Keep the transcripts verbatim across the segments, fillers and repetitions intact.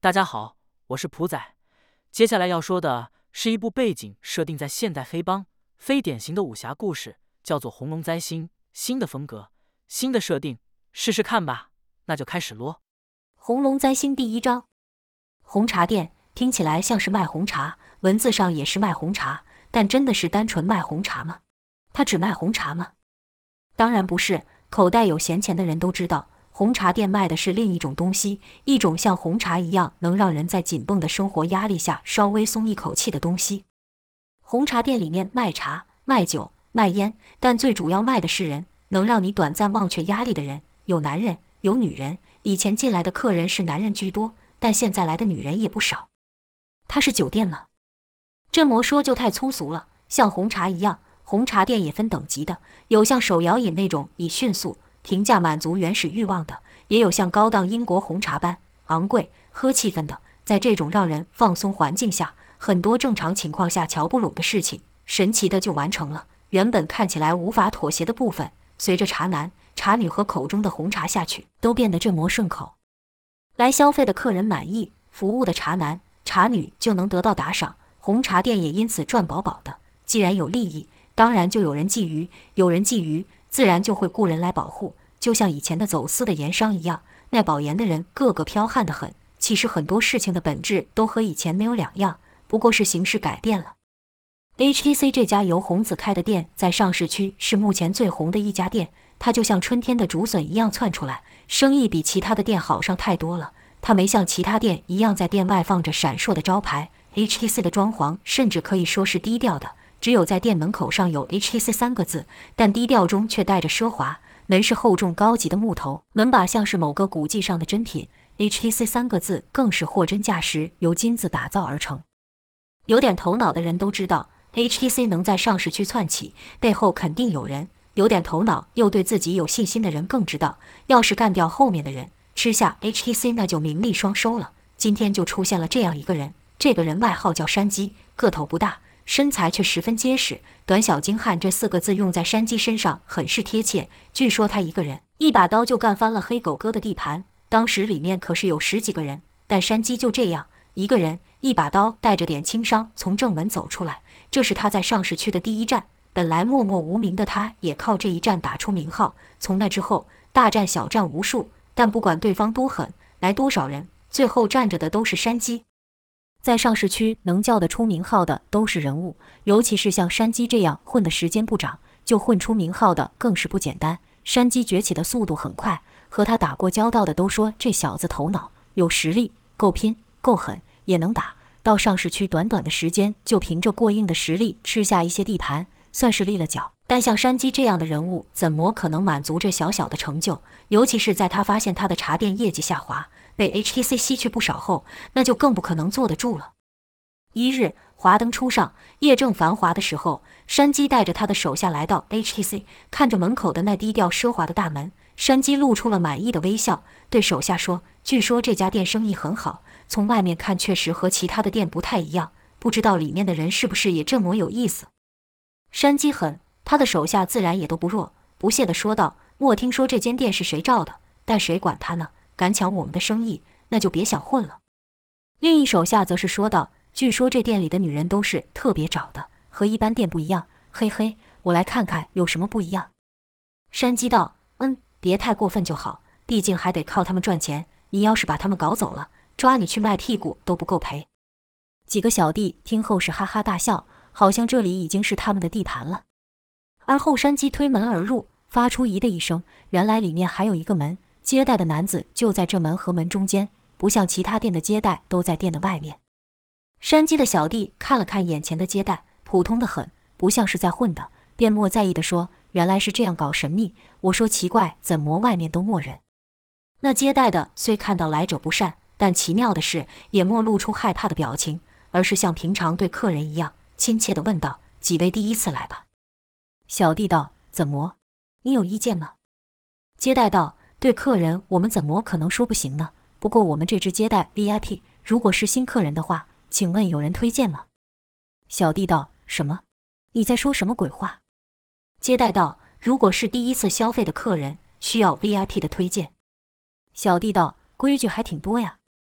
大家好，我是普仔。接下来要说的是一部背景设定在现代黑帮、非典型的武侠故事，叫做《红龙灾星》。新的风格，新的设定，试试看吧。那就开始咯。 红龙灾星第一章。红茶店听起来像是卖红茶，文字上也是卖红茶，但真的是单纯卖红茶吗？他只卖红茶吗？当然不是，口袋有闲钱的人都知道，红茶店卖的是另一种东西，一种像红茶一样能让人在紧绷的生活压力下稍微松一口气的东西。红茶店里面卖茶、卖酒、卖烟，但最主要卖的是人，能让你短暂忘却压力的人。有男人，有女人，以前进来的客人是男人居多，但现在来的女人也不少。它是酒店吗？这么说就太粗俗了，像红茶一样，红茶店也分等级的，有像手摇饮那种以迅速平价满足原始欲望的，也有像高档英国红茶般昂贵喝气氛的。在这种让人放松环境下，很多正常情况下瞧不拢的事情，神奇的就完成了。原本看起来无法妥协的部分，随着茶男、茶女和口中的红茶下去，都变得这么顺口。来消费的客人满意，服务的茶男、茶女就能得到打赏，红茶店也因此赚饱饱的。既然有利益，当然就有人觊觎，有人觊觎，自然就会雇人来保护。就像以前的走私的盐商一样，那保盐的人个个剽悍得很。其实很多事情的本质都和以前没有两样，不过是形式改变了。H T C 这家由红子开的店在上市区是目前最红的一家店，它就像春天的竹笋一样窜出来，生意比其他的店好上太多了。它没像其他店一样在店外放着闪烁的招牌， H T C 的装潢甚至可以说是低调的，只有在店门口上有 H T C 三个字，但低调中却带着奢华。门是厚重高级的木头，门把像是某个古迹上的珍品， H T C 三个字更是货真价实，由金子打造而成。有点头脑的人都知道H T C 能在上市区窜起，背后肯定有人。有点头脑又对自己有信心的人更知道，要是干掉后面的人，吃下 H T C 那就名利双收了。今天就出现了这样一个人，这个人外号叫山鸡，个头不大，身材却十分结实，短小精悍这四个字用在山鸡身上很是贴切。据说他一个人一把刀就干翻了黑狗哥的地盘，当时里面可是有十几个人，但山鸡就这样一个人一把刀带着点轻伤从正门走出来，这是他在上市区的第一战。本来默默无名的他也靠这一战打出名号，从那之后大战小战无数，但不管对方多狠，来多少人，最后站着的都是山鸡。在上市区能叫得出名号的都是人物，尤其是像山鸡这样混的时间不长就混出名号的更是不简单。山鸡崛起的速度很快，和他打过交道的都说这小子头脑有实力，够拼够狠，也能打。到上市区短短的时间就凭着过硬的实力吃下一些地盘，算是立了脚。但像山鸡这样的人物怎么可能满足这小小的成就，尤其是在他发现他的茶店业绩下滑，被 H T C 吸去不少后，那就更不可能坐得住了。一日华灯初上，夜正繁华的时候，山鸡带着他的手下来到 H T C， 看着门口的那低调奢华的大门，山鸡露出了满意的微笑，对手下说，据说这家店生意很好，从外面看确实和其他的店不太一样，不知道里面的人是不是也这么有意思。山鸡狠，他的手下自然也都不弱，不屑地说道，莫听说这间店是谁罩的，但谁管他呢，敢抢我们的生意，那就别想混了。另一手下则是说道，据说这店里的女人都是特别找的，和一般店不一样，嘿嘿，我来看看有什么不一样。山鸡道，嗯，别太过分就好，毕竟还得靠他们赚钱，你要是把他们搞走了，抓你去卖屁股都不够赔。几个小弟听后是哈哈大笑，好像这里已经是他们的地盘了。而后山鸡推门而入，发出咦的一声，原来里面还有一个门，接待的男子就在这门和门中间，不像其他店的接待都在店的外面。山鸡的小弟看了看眼前的接待，普通的很，不像是在混的，便莫在意地说，原来是这样搞神秘，我说奇怪，怎么外面都没人。那接待的虽看到来者不善，但奇妙的是也莫露出害怕的表情，而是像平常对客人一样亲切地问道，几位第一次来吧？小弟道，怎么？你有意见吗？接待道，对客人我们怎么可能说不行呢？不过我们这只接待 V I P， 如果是新客人的话，请问有人推荐吗？小弟道，什么？你在说什么鬼话？接待道，如果是第一次消费的客人，需要 V I P 的推荐。小弟道，规矩还挺多呀。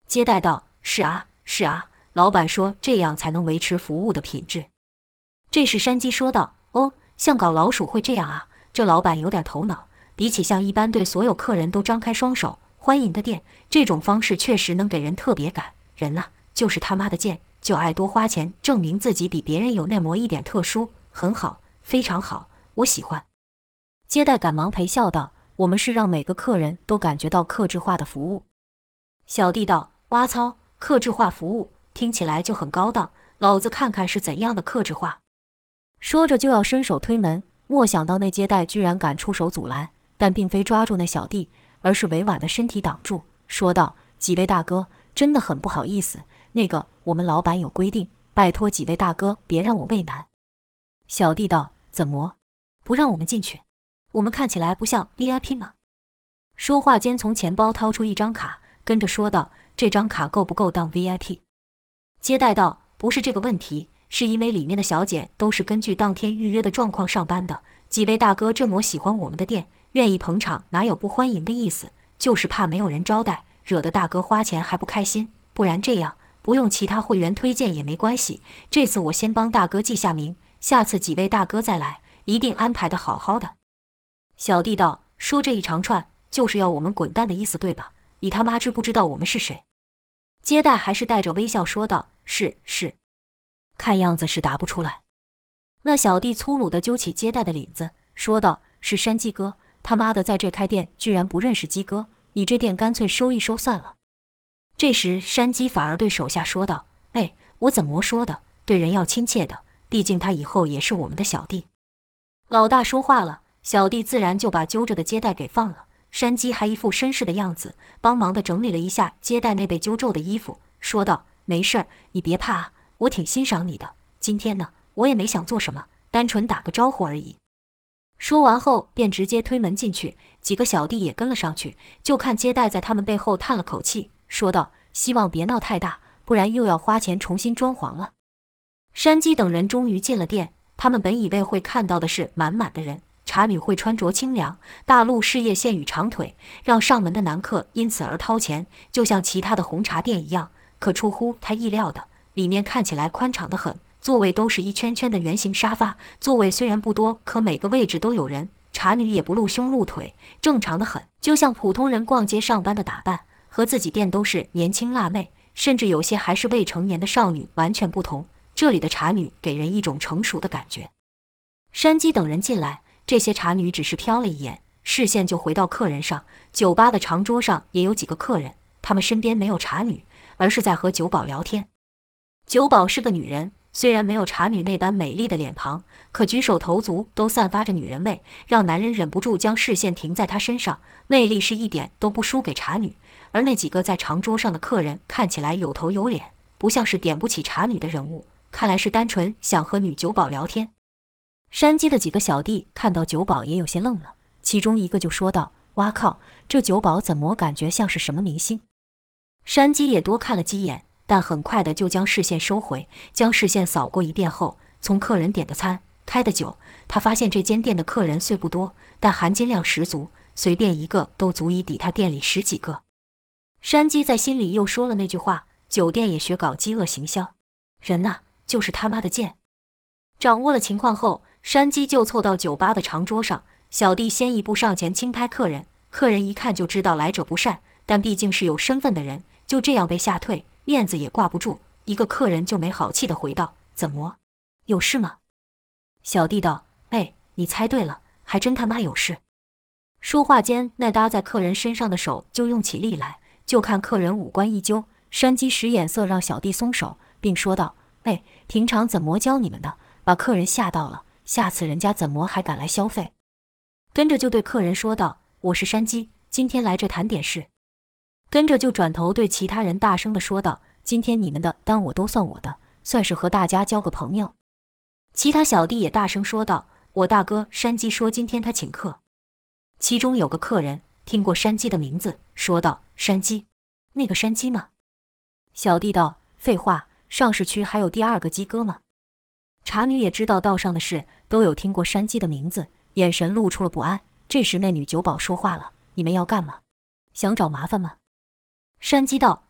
接待道：“是啊，是啊，老板说这样才能维持服务的品质。”这时山鸡说道：“哦，像搞老鼠会这样啊？这老板有点头脑。比起像一般对所有客人都张开双手欢迎的店，这种方式确实能给人特别感。人啊，就是他妈的贱，就爱多花钱，证明自己比别人有那么一点特殊。很好，非常好，我喜欢。”接待赶忙陪笑道：“我们是让每个客人都感觉到客制化的服务。”小弟道：“哇操，客制化服务听起来就很高档，老子看看是怎样的客制化。”说着就要伸手推门，莫想到那接待居然敢出手阻拦，但并非抓住那小弟，而是委婉的身体挡住，说道：“几位大哥，真的很不好意思，那个我们老板有规定，拜托几位大哥别让我为难。”小弟道：“怎么不让我们进去？我们看起来不像 V I P 吗？”说话间从钱包掏出一张卡，跟着说道：“这张卡够不够当 V I P？” 接待道：“不是这个问题，是因为里面的小姐都是根据当天预约的状况上班的，几位大哥这么喜欢我们的店，愿意捧场，哪有不欢迎的意思？就是怕没有人招待，惹得大哥花钱还不开心。不然这样，不用其他会员推荐也没关系，这次我先帮大哥记下名，下次几位大哥再来，一定安排得好好的。”小弟道：“说这一长串就是要我们滚蛋的意思对吧？你他妈知不知道我们是谁？”接待还是带着微笑说道：“是是。”看样子是答不出来。那小弟粗鲁地揪起接待的领子，说道：“是山鸡哥，他妈的在这开店居然不认识鸡哥，你这店干脆收一收算了。”这时山鸡反而对手下说道：“哎，我怎么说的？对人要亲切的，毕竟他以后也是我们的小弟。”老大说话了，小弟自然就把揪着的接待给放了。山鸡还一副绅士的样子，帮忙的整理了一下接待那被揪皱的衣服，说道：“没事儿，你别怕啊，我挺欣赏你的。今天呢，我也没想做什么，单纯打个招呼而已。”说完后便直接推门进去，几个小弟也跟了上去，就看接待在他们背后叹了口气，说道：“希望别闹太大，不然又要花钱重新装潢了。”山鸡等人终于进了店，他们本以为会看到的是满满的人，茶女会穿着清凉，大陆事业线与长腿，让上门的男客因此而掏钱，就像其他的红茶店一样。可出乎他意料的，里面看起来宽敞得很，座位都是一圈圈的圆形沙发，座位虽然不多，可每个位置都有人。茶女也不露胸露腿，正常得很，就像普通人逛街上班的打扮，和自己店都是年轻辣妹，甚至有些还是未成年的少女，完全不同。这里的茶女给人一种成熟的感觉。山鸡等人进来，这些茶女只是瞟了一眼，视线就回到客人上。酒吧的长桌上也有几个客人，他们身边没有茶女，而是在和酒保聊天。酒保是个女人，虽然没有茶女那般美丽的脸庞，可举手投足都散发着女人味，让男人忍不住将视线停在她身上，魅力是一点都不输给茶女。而那几个在长桌上的客人看起来有头有脸，不像是点不起茶女的人物，看来是单纯想和女酒保聊天。山鸡的几个小弟看到酒保也有些愣了，其中一个就说道：“哇靠，这酒保怎么感觉像是什么明星？”山鸡也多看了几眼，但很快的就将视线收回，将视线扫过一遍后，从客人点的餐、开的酒，他发现这间店的客人虽不多，但含金量十足，随便一个都足以抵他店里十几个。山鸡在心里又说了那句话：酒店也学搞饥饿行销，人呐，就是他妈的贱。掌握了情况后，山鸡就凑到酒吧的长桌上，小弟先一步上前轻拍客人，客人一看就知道来者不善，但毕竟是有身份的人，就这样被吓退，面子也挂不住。一个客人就没好气地回道：“怎么，有事吗？”小弟道：“哎，你猜对了，还真他妈有事。”说话间，那搭在客人身上的手就用起力来，就看客人五官一揪，山鸡使眼色让小弟松手，并说道：“哎，平常怎么教你们的？把客人吓到了，下次人家怎么还敢来消费？”跟着就对客人说道：“我是山鸡，今天来这谈点事。”跟着就转头对其他人大声地说道：“今天你们的单我都算我的，算是和大家交个朋友。”其他小弟也大声说道：“我大哥山鸡说今天他请客。”其中有个客人听过山鸡的名字，说道：“山鸡，那个山鸡吗？”小弟道：“废话，上市区还有第二个鸡哥吗？”茶女也知道道上的事，都有听过山鸡的名字，眼神露出了不安。这时那女酒保说话了：“你们要干嘛？想找麻烦吗？”山鸡道：“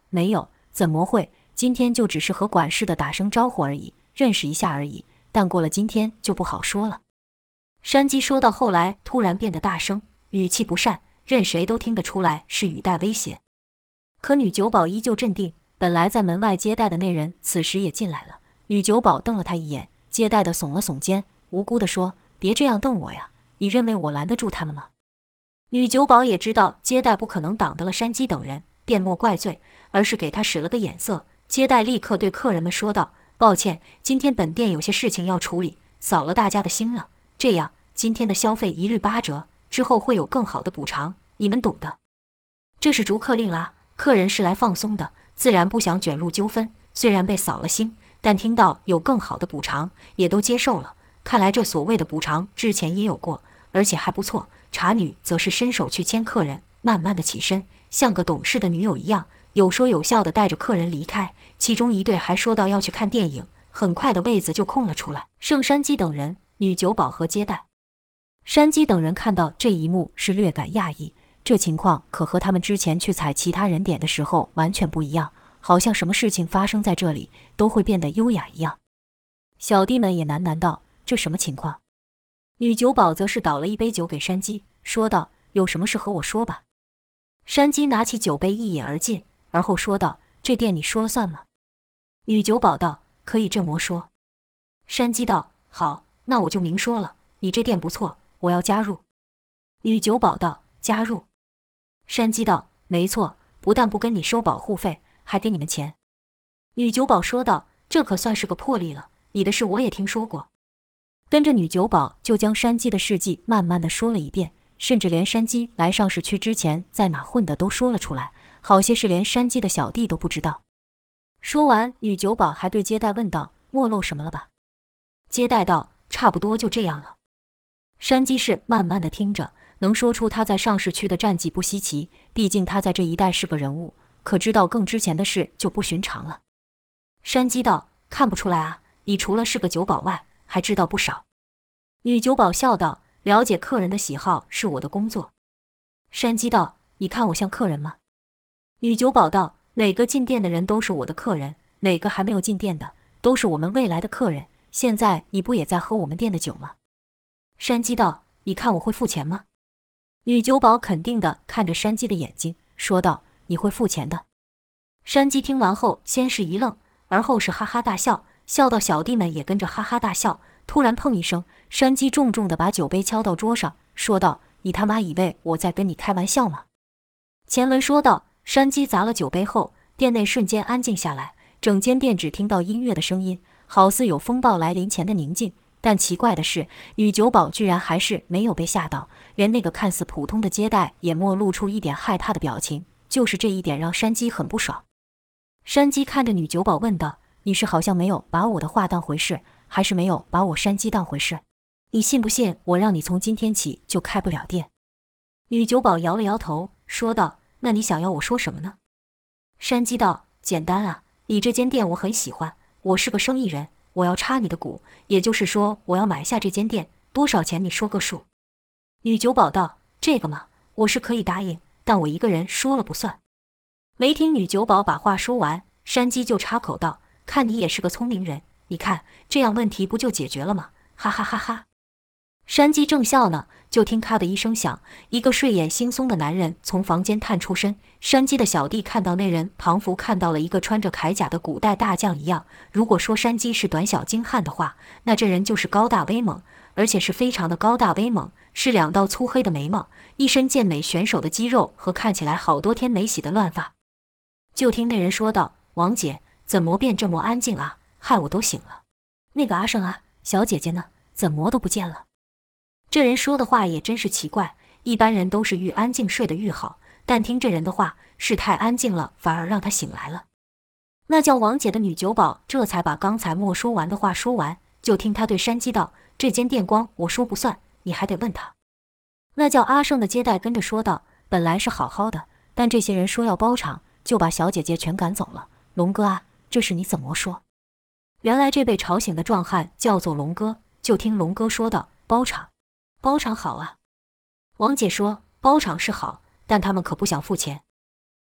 没有，怎么会？今天就只是和管事的打声招呼而已，认识一下而已，但过了今天就不好说了。山鸡说到后来突然变得大声，语气不善，任谁都听得出来是语带威胁。可女酒保依旧镇定，本来在门外接待的那人此时也进来了。女酒保瞪了他一眼，接待的耸了耸肩，无辜地说：“别这样瞪我呀，你认为我拦得住他们吗？”女酒保也知道接待不可能挡得了山鸡等人，便莫怪罪，而是给他使了个眼色。接待立刻对客人们说道：“抱歉，今天本店有些事情要处理，扫了大家的兴了。这样，今天的消费一律八折，之后会有更好的补偿，你们懂的。”这是逐客令啦，客人是来放松的，自然不想卷入纠纷。虽然被扫了兴，但听到有更好的补偿，也都接受了。看来这所谓的补偿之前也有过，而且还不错。茶女则是伸手去牵客人，慢慢的起身，像个懂事的女友一样，有说有笑的带着客人离开。其中一对还说到要去看电影，很快的位子就空了出来，剩山鸡等人、女酒保和接待。山鸡等人看到这一幕是略感讶异，这情况可和他们之前去采其他人点的时候完全不一样，好像什么事情发生在这里都会变得优雅一样。小弟们也喃喃道：“这什么情况？”女酒保则是倒了一杯酒给山鸡，说道：“有什么事和我说吧。”山鸡拿起酒杯一饮而尽，而后说道：“这店你说了算吗？”女酒保道：“可以这么说。”山鸡道：“好，那我就明说了，你这店不错，我要加入。”女酒保道：“加入？”山鸡道：“没错，不但不跟你收保护费，还给你们钱。”女酒保说道：“这可算是个魄力了，你的事我也听说过。”跟着女酒保就将山鸡的事迹慢慢的说了一遍，甚至连山鸡来上市区之前在哪混的都说了出来，好些事连山鸡的小弟都不知道。说完，女酒保还对接待问道：“没漏什么了吧？”接待道：“差不多就这样了。”山鸡是慢慢的听着，能说出他在上市区的战绩不稀奇，毕竟他在这一带是个人物，可知道更之前的事就不寻常了。山鸡道：“看不出来啊，你除了是个酒保外，还知道不少。”女酒保笑道：“了解客人的喜好是我的工作。”山鸡道：“你看我像客人吗？”女酒保道：“哪个进店的人都是我的客人，哪个还没有进店的，都是我们未来的客人。现在你不也在喝我们店的酒吗？”山鸡道：“你看我会付钱吗？”女酒保肯定地看着山鸡的眼睛，说道：“你会付钱的。”山鸡听完后，先是一愣，而后是哈哈大笑，笑到小弟们也跟着哈哈大笑。突然砰一声，山鸡重重地把酒杯敲到桌上，说道：“你他妈以为我在跟你开玩笑吗？”前文说到，山鸡砸了酒杯后，店内瞬间安静下来，整间店只听到音乐的声音，好似有风暴来临前的宁静。但奇怪的是，女酒保居然还是没有被吓到，连那个看似普通的接待也莫露出一点害怕的表情，就是这一点让山鸡很不爽。山鸡看着女酒保问道：“你是好像没有把我的话当回事，还是没有把我山鸡当回事？你信不信我让你从今天起就开不了店？”女酒保摇了摇头，说道：“那你想要我说什么呢？”山鸡道：“简单啊，你这间店我很喜欢，我是个生意人，我要插你的股，也就是说我要买下这间店，多少钱你说个数。”女酒保道：“这个嘛，我是可以答应，但我一个人说了不算。”没听女酒保把话说完，山鸡就插口道：“看你也是个聪明人，你看这样问题不就解决了吗？哈哈哈哈！”山鸡正笑呢，就听咔的一声响，一个睡眼惺忪的男人从房间探出身。山鸡的小弟看到那人，庞佛看到了一个穿着铠甲的古代大将一样。如果说山鸡是短小精悍的话，那这人就是高大威猛，而且是非常的高大威猛，是两道粗黑的眉毛，一身健美选手的肌肉和看起来好多天没洗的乱发。就听那人说道：“王姐，怎么变这么安静啊？害我都醒了。那个阿胜啊，小姐姐呢？怎么都不见了？”这人说的话也真是奇怪，一般人都是愈安静睡得愈好，但听这人的话是太安静了，反而让他醒来了。那叫王姐的女酒保这才把刚才没说完的话说完，就听他对山鸡道：“这间店光我说不算，你还得问他。”那叫阿胜的接待跟着说道：“本来是好好的，但这些人说要包场，就把小姐姐全赶走了。龙哥啊，这是你怎么说？”原来这被吵醒的壮汉叫做龙哥，就听龙哥说道：“包场，包场好啊。”王姐说：“包场是好，但他们可不想付钱。”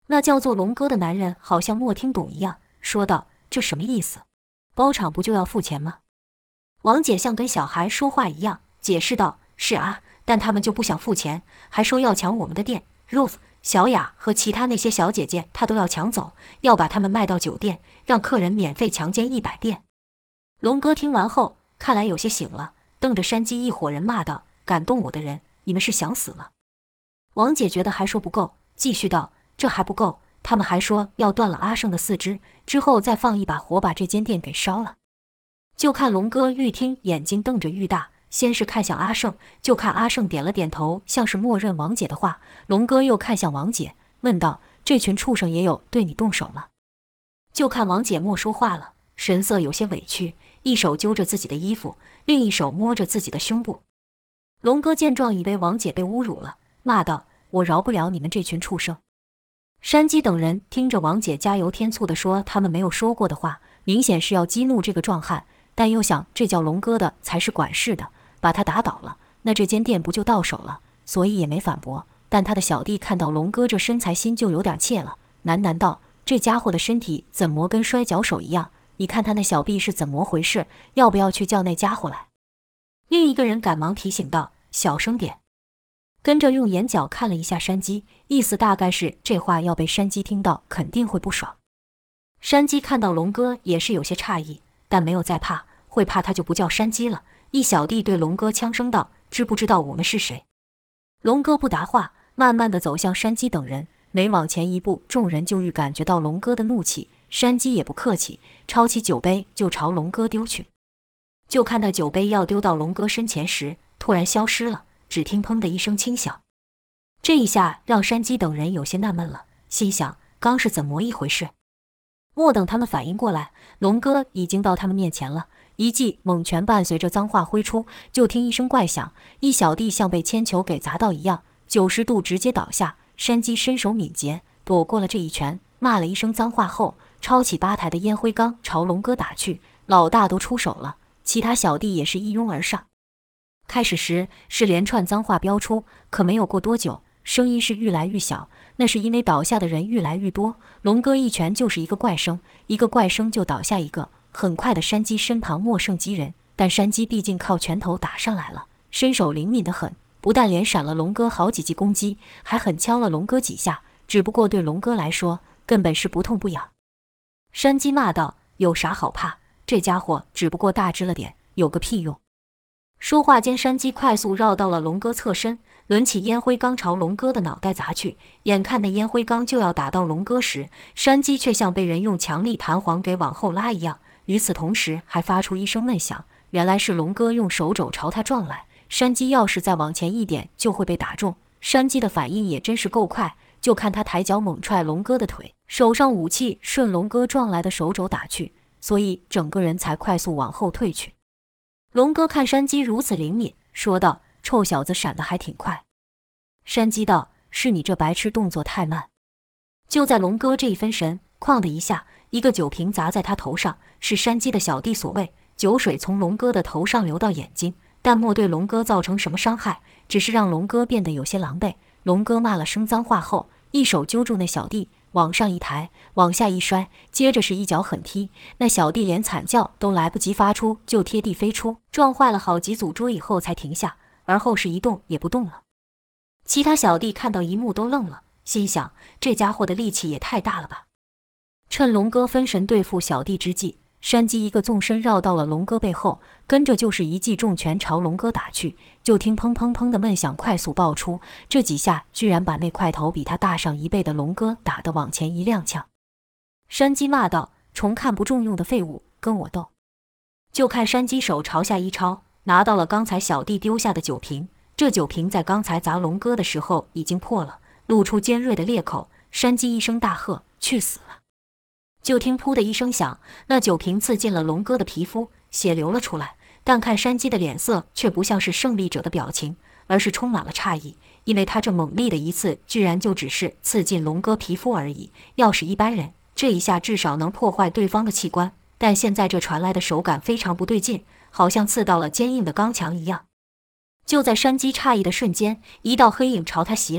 那叫做龙哥的男人好像莫听懂一样，说道：“这什么意思？包场不就要付钱吗？”王姐像跟小孩说话一样解释道：“是啊，但他们就不想付钱，还说要抢我们的店。Ruth、小雅和其他那些小姐姐，她都要抢走，要把他们卖到酒店，让客人免费强奸一百遍。”龙哥听完后，看来有些醒了，瞪着山鸡一伙人骂道：“敢动我的人，你们是想死了？”王姐觉得还说不够，继续道：“这还不够，他们还说要断了阿胜的四肢，之后再放一把火把这间店给烧了。”就看龙哥愈听眼睛瞪着愈大，先是看向阿胜，就看阿胜点了点头，像是默认王姐的话。龙哥又看向王姐，问道：“这群畜生也有对你动手吗？”就看王姐莫说话了，神色有些委屈，一手揪着自己的衣服，另一手摸着自己的胸部。龙哥见状，以为王姐被侮辱了，骂道：“我饶不了你们这群畜生！”山鸡等人听着王姐加油添醋地说他们没有说过的话，明显是要激怒这个壮汉，但又想这叫龙哥的才是管事的，把他打倒了，那这间店不就到手了，所以也没反驳。但他的小弟看到龙哥这身材，心就有点怯了，喃喃道：“这家伙的身体怎么跟摔跤手一样？你看他那小臂是怎么回事？要不要去叫那家伙来？”另一个人赶忙提醒道：“小声点。”跟着用眼角看了一下山鸡，意思大概是这话要被山鸡听到，肯定会不爽。山鸡看到龙哥也是有些诧异，但没有再怕，会怕他就不叫山鸡了。一小弟对龙哥呛声道：“知不知道我们是谁？”龙哥不答话，慢慢地走向山鸡等人，每往前一步，众人就愈感觉到龙哥的怒气。山鸡也不客气，抄起酒杯就朝龙哥丢去。就看那酒杯要丢到龙哥身前时，突然消失了，只听砰的一声轻响。这一下让山鸡等人有些纳闷了，心想刚是怎么一回事。莫等他们反应过来，龙哥已经到他们面前了，一记猛拳伴随着脏话挥出，就听一声怪响，一小弟像被铅球给砸到一样，九十度直接倒下。山鸡身手敏捷，躲过了这一拳，骂了一声脏话后，抄起吧台的烟灰缸朝龙哥打去。老大都出手了，其他小弟也是一拥而上。开始时是连串脏话飙出，可没有过多久，声音是愈来愈小，那是因为倒下的人愈来愈多。龙哥一拳就是一个怪声，一个怪声就倒下一个。很快的，山鸡身旁莫胜击人，但山鸡毕竟靠拳头打上来了，身手灵敏得很，不但连闪了龙哥好几记攻击，还狠敲了龙哥几下，只不过对龙哥来说根本是不痛不痒。山鸡骂道：“有啥好怕？这家伙只不过大只了点，有个屁用！”说话间，山鸡快速绕到了龙哥侧身，抡起烟灰缸朝龙哥的脑袋砸去。眼看那烟灰缸就要打到龙哥时，山鸡却像被人用强力弹簧给往后拉一样，与此同时还发出一声闷响。原来是龙哥用手肘朝他撞来，山鸡要是再往前一点就会被打中。山鸡的反应也真是够快，就看他抬脚猛踹龙哥的腿，手上武器顺龙哥撞来的手肘打去，所以整个人才快速往后退去。龙哥看山鸡如此灵敏，说道：“臭小子闪得还挺快。”山鸡道：“是你这白痴动作太慢。”就在龙哥这一分神，哐的一下，一个酒瓶砸在他头上，是山鸡的小弟所为。酒水从龙哥的头上流到眼睛，但莫对龙哥造成什么伤害，只是让龙哥变得有些狼狈。龙哥骂了声脏话后，一手揪住那小弟，往上一抬，往下一摔，接着是一脚狠踢，那小弟连惨叫都来不及发出，就贴地飞出，撞坏了好几组桌以后才停下，而后是一动也不动了。其他小弟看到一幕都愣了，心想这家伙的力气也太大了吧。趁龙哥分神对付小弟之际，山鸡一个纵身绕到了龙哥背后，跟着就是一记重拳朝龙哥打去。就听砰砰砰的闷响快速爆出，这几下居然把那块头比他大上一倍的龙哥打得往前一踉跄。山鸡骂道：“重看不中用的废物，跟我斗！”就看山鸡手朝下一抄，拿到了刚才小弟丢下的酒瓶。这酒瓶在刚才砸龙哥的时候已经破了，露出尖锐的裂口。山鸡一声大喝：“去死了！”就听噗的一声响，那酒瓶刺进了龙哥的皮肤，血流了出来。但看山鸡的脸色却不像是胜利者的表情，而是充满了诧异，因为他这猛力的一刺居然就只是刺进龙哥皮肤而已。要是一般人，这一下至少能破坏对方的器官，但现在这传来的手感非常不对劲，好像刺到了坚硬的钢墙一样。就在山鸡诧异的瞬间，一道黑影朝他袭来，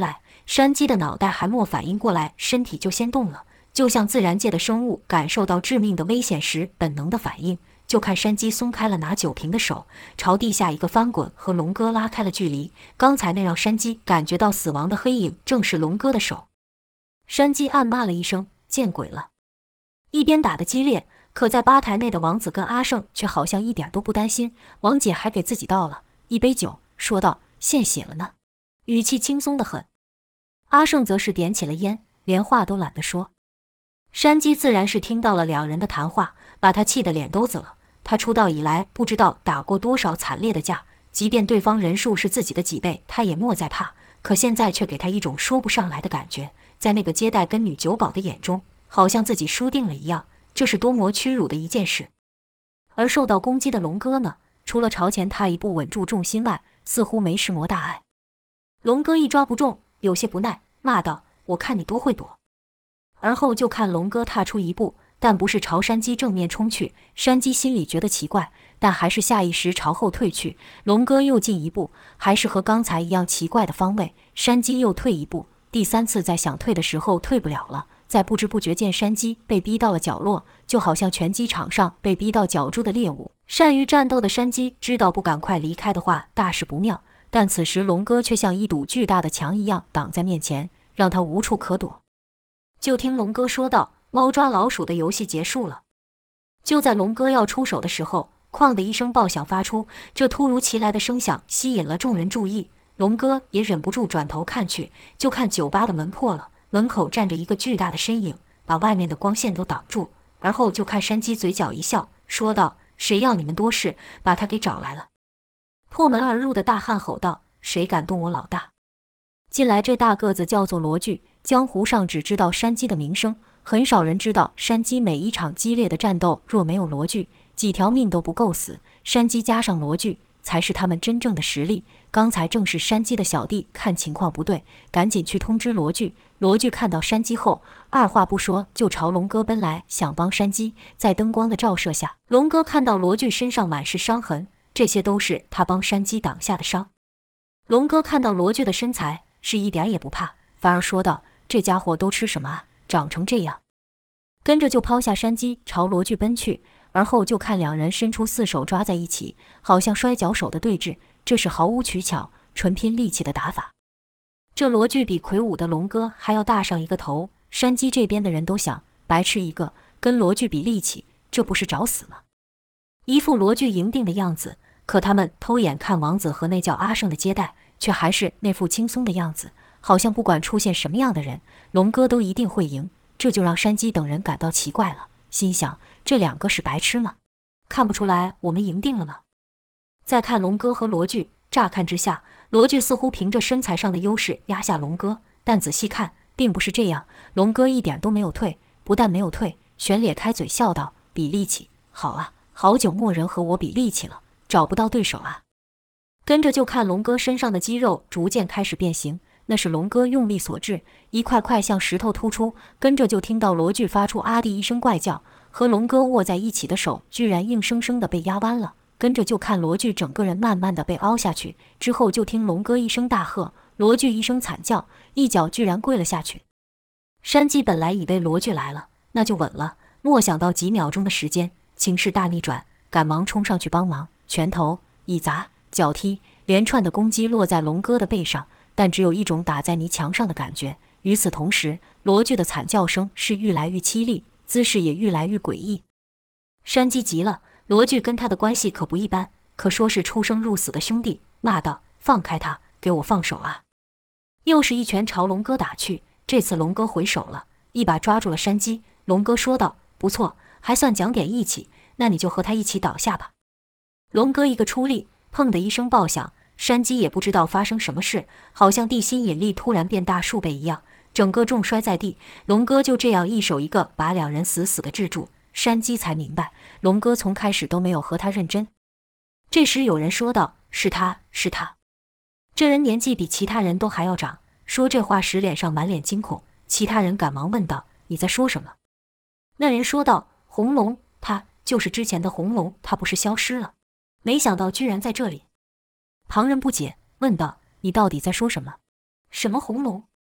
山鸡的脑袋还没反应过来，身体就先动了，就像自然界的生物感受到致命的危险时本能的反应。就看山鸡松开了拿酒瓶的手，朝地下一个翻滚，和龙哥拉开了距离。刚才那让山鸡感觉到死亡的黑影，正是龙哥的手。山鸡暗骂了一声：“见鬼了！”一边打得激烈，可在吧台内的王子跟阿胜却好像一点都不担心。王姐还给自己倒了一杯酒，说道：“献血了呢。”语气轻松得很。阿胜则是点起了烟，连话都懒得说。山鸡自然是听到了两人的谈话，把他气得脸都紫了。他出道以来不知道打过多少惨烈的架，即便对方人数是自己的几倍，他也莫再怕。可现在却给他一种说不上来的感觉，在那个接待跟女酒保的眼中，好像自己输定了一样，这是多么屈辱的一件事。而受到攻击的龙哥呢，除了朝前踏一步稳住重心外，似乎没什么大碍。龙哥一抓不中，有些不耐，骂道：“我看你多会躲。”而后就看龙哥踏出一步，但不是朝山鸡正面冲去。山鸡心里觉得奇怪，但还是下意识朝后退去。龙哥又进一步，还是和刚才一样奇怪的方位。山鸡又退一步，第三次在想退的时候退不了了，在不知不觉间山鸡被逼到了角落，就好像拳击场上被逼到角柱的猎物。善于战斗的山鸡知道不赶快离开的话大事不妙，但此时龙哥却像一堵巨大的墙一样挡在面前，让他无处可躲。就听龙哥说道：“猫抓老鼠的游戏结束了。”就在龙哥要出手的时候，哐的一声爆响发出，这突如其来的声响吸引了众人注意。龙哥也忍不住转头看去，就看酒吧的门破了，门口站着一个巨大的身影，把外面的光线都挡住。而后就看山鸡嘴角一笑，说道：“谁要你们多事，把他给找来了。”破门而入的大汉吼道：“谁敢动我老大？”进来这大个子叫做罗巨，江湖上只知道山鸡的名声，很少人知道山鸡每一场激烈的战斗若没有罗巨，几条命都不够死。山鸡加上罗巨才是他们真正的实力。刚才正是山鸡的小弟看情况不对，赶紧去通知罗巨。罗巨看到山鸡后，二话不说就朝龙哥奔来，想帮山鸡。在灯光的照射下，龙哥看到罗巨身上满是伤痕，这些都是他帮山鸡挡下的伤。龙哥看到罗巨的身材，是一点也不怕，反而说道：“这家伙都吃什么啊，长成这样。”跟着就抛下山鸡朝罗巨奔去，而后就看两人伸出四手抓在一起，好像摔跤手的对峙，这是毫无取巧，纯拼力气的打法。这罗巨比魁梧的龙哥还要大上一个头，山鸡这边的人都想白吃一个，跟罗巨比力气，这不是找死吗？一副罗巨赢定的样子，可他们偷眼看王子和那叫阿胜的接待，却还是那副轻松的样子，好像不管出现什么样的人，龙哥都一定会赢。这就让山鸡等人感到奇怪了，心想：这两个是白痴吗？看不出来我们赢定了吗？再看龙哥和罗巨，乍看之下，罗巨似乎凭着身材上的优势压下龙哥，但仔细看，并不是这样。龙哥一点都没有退，不但没有退，旋咧开嘴笑道：“比力气，好啊，好久没人和我比力气了，找不到对手啊。”跟着就看龙哥身上的肌肉逐渐开始变形，那是龙哥用力所致，一块块像石头突出。跟着就听到罗巨发出啊的一声怪叫，和龙哥握在一起的手居然硬生生的被压弯了。跟着就看罗巨整个人慢慢的被凹下去，之后就听龙哥一声大喝，罗巨一声惨叫，一脚居然跪了下去。山鸡本来以为罗巨来了，那就稳了，莫想到几秒钟的时间，情势大逆转，赶忙冲上去帮忙，拳头一砸，脚踢，连串的攻击落在龙哥的背上，但只有一种打在泥墙上的感觉。与此同时，罗巨的惨叫声是愈来愈凄厉，姿势也愈来愈诡异。山鸡急了，罗巨跟他的关系可不一般，可说是出生入死的兄弟，骂道：“放开他，给我放手啊！”又是一拳朝龙哥打去，这次龙哥回手了，一把抓住了山鸡。龙哥说道：“不错，还算讲点义气，那你就和他一起倒下吧。”龙哥一个出力，砰的一声爆响，山鸡也不知道发生什么事，好像地心引力突然变大数倍一样，整个重摔在地。龙哥就这样一手一个把两人死死地制住。山鸡才明白，龙哥从开始都没有和他认真。这时有人说道：“是他，是他。”这人年纪比其他人都还要长，说这话时脸上满脸惊恐。其他人赶忙问道：“你在说什么？”那人说道：“红龙，他就是之前的红龙，他不是消失了？没想到居然在这里。”旁人不解，问道：“你到底在说什么？什么红龙？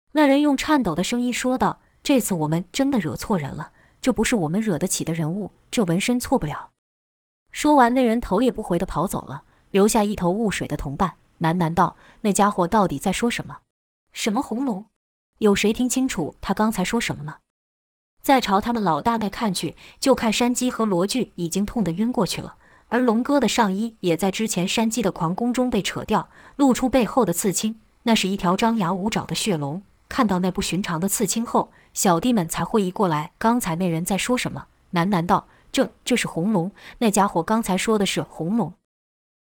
那人用颤抖的声音说道：“这次我们真的惹错人了，这不是我们惹得起的人物，这纹身错不了。”说完，那人头也不回地跑走了，留下一头雾水的同伴，喃喃道：“那家伙到底在说什么？什么红龙？有谁听清楚他刚才说什么吗？”再朝他们老大那看去，就看山鸡和罗剧已经痛得晕过去了，而龙哥的上衣也在之前山鸡的狂攻中被扯掉，露出背后的刺青，那是一条张牙舞爪的血龙。看到那不寻常的刺青后，小弟们才会意过来，刚才那人在说什么，喃喃道：“这这是红龙，那家伙刚才说的是红龙。”